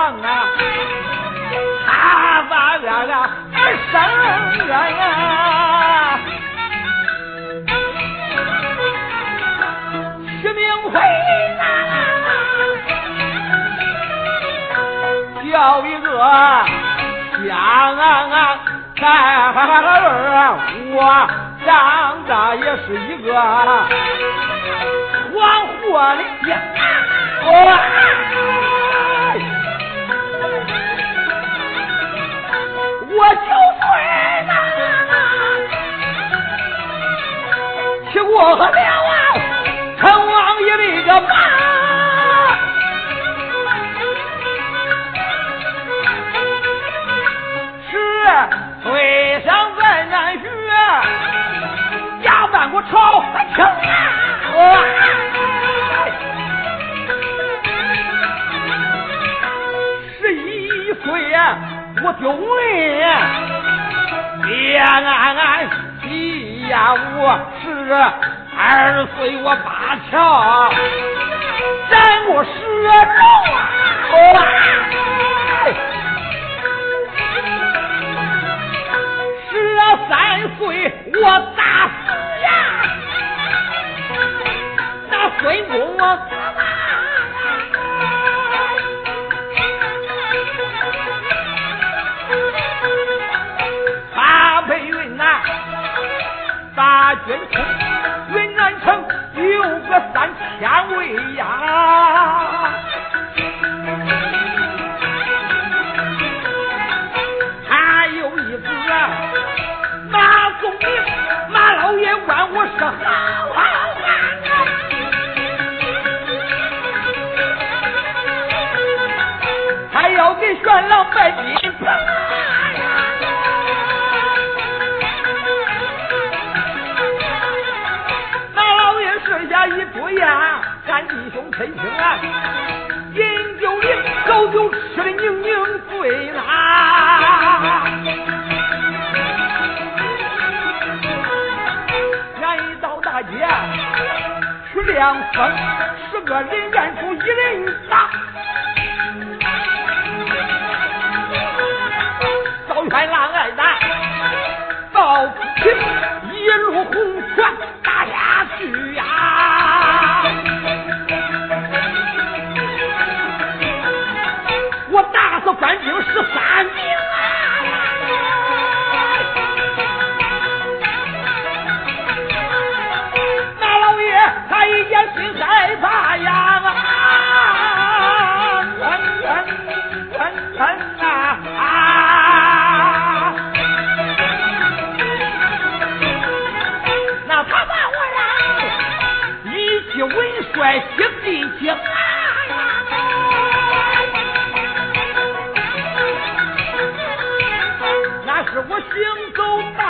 王啊，他把儿生呀，徐明辉叫一个香在我长大也是一个黄火的呀，我9岁了，骑过了陈王爷的一个马，是对上在南徐压办过朝廷啊，11岁我丢脸，爹呀我12岁我把桥斩我10州啊，13岁我打死呀，那孙公我八北云南大军城，云南城有个3000位呀，还有一个马宗明，马老爷管我是好还要给玄老拜金棚马老爷设下一桌呀，干弟兄陈情啊，饮酒饮，酒就吃的宁宁醉啦。大街去亮风，是个人干出一人打，高原浪爱打，到不平一路红船打下去呀，我打死官兵13名啊，他一见心害怕呀那他把我呀一起文帅行地经那是我行走大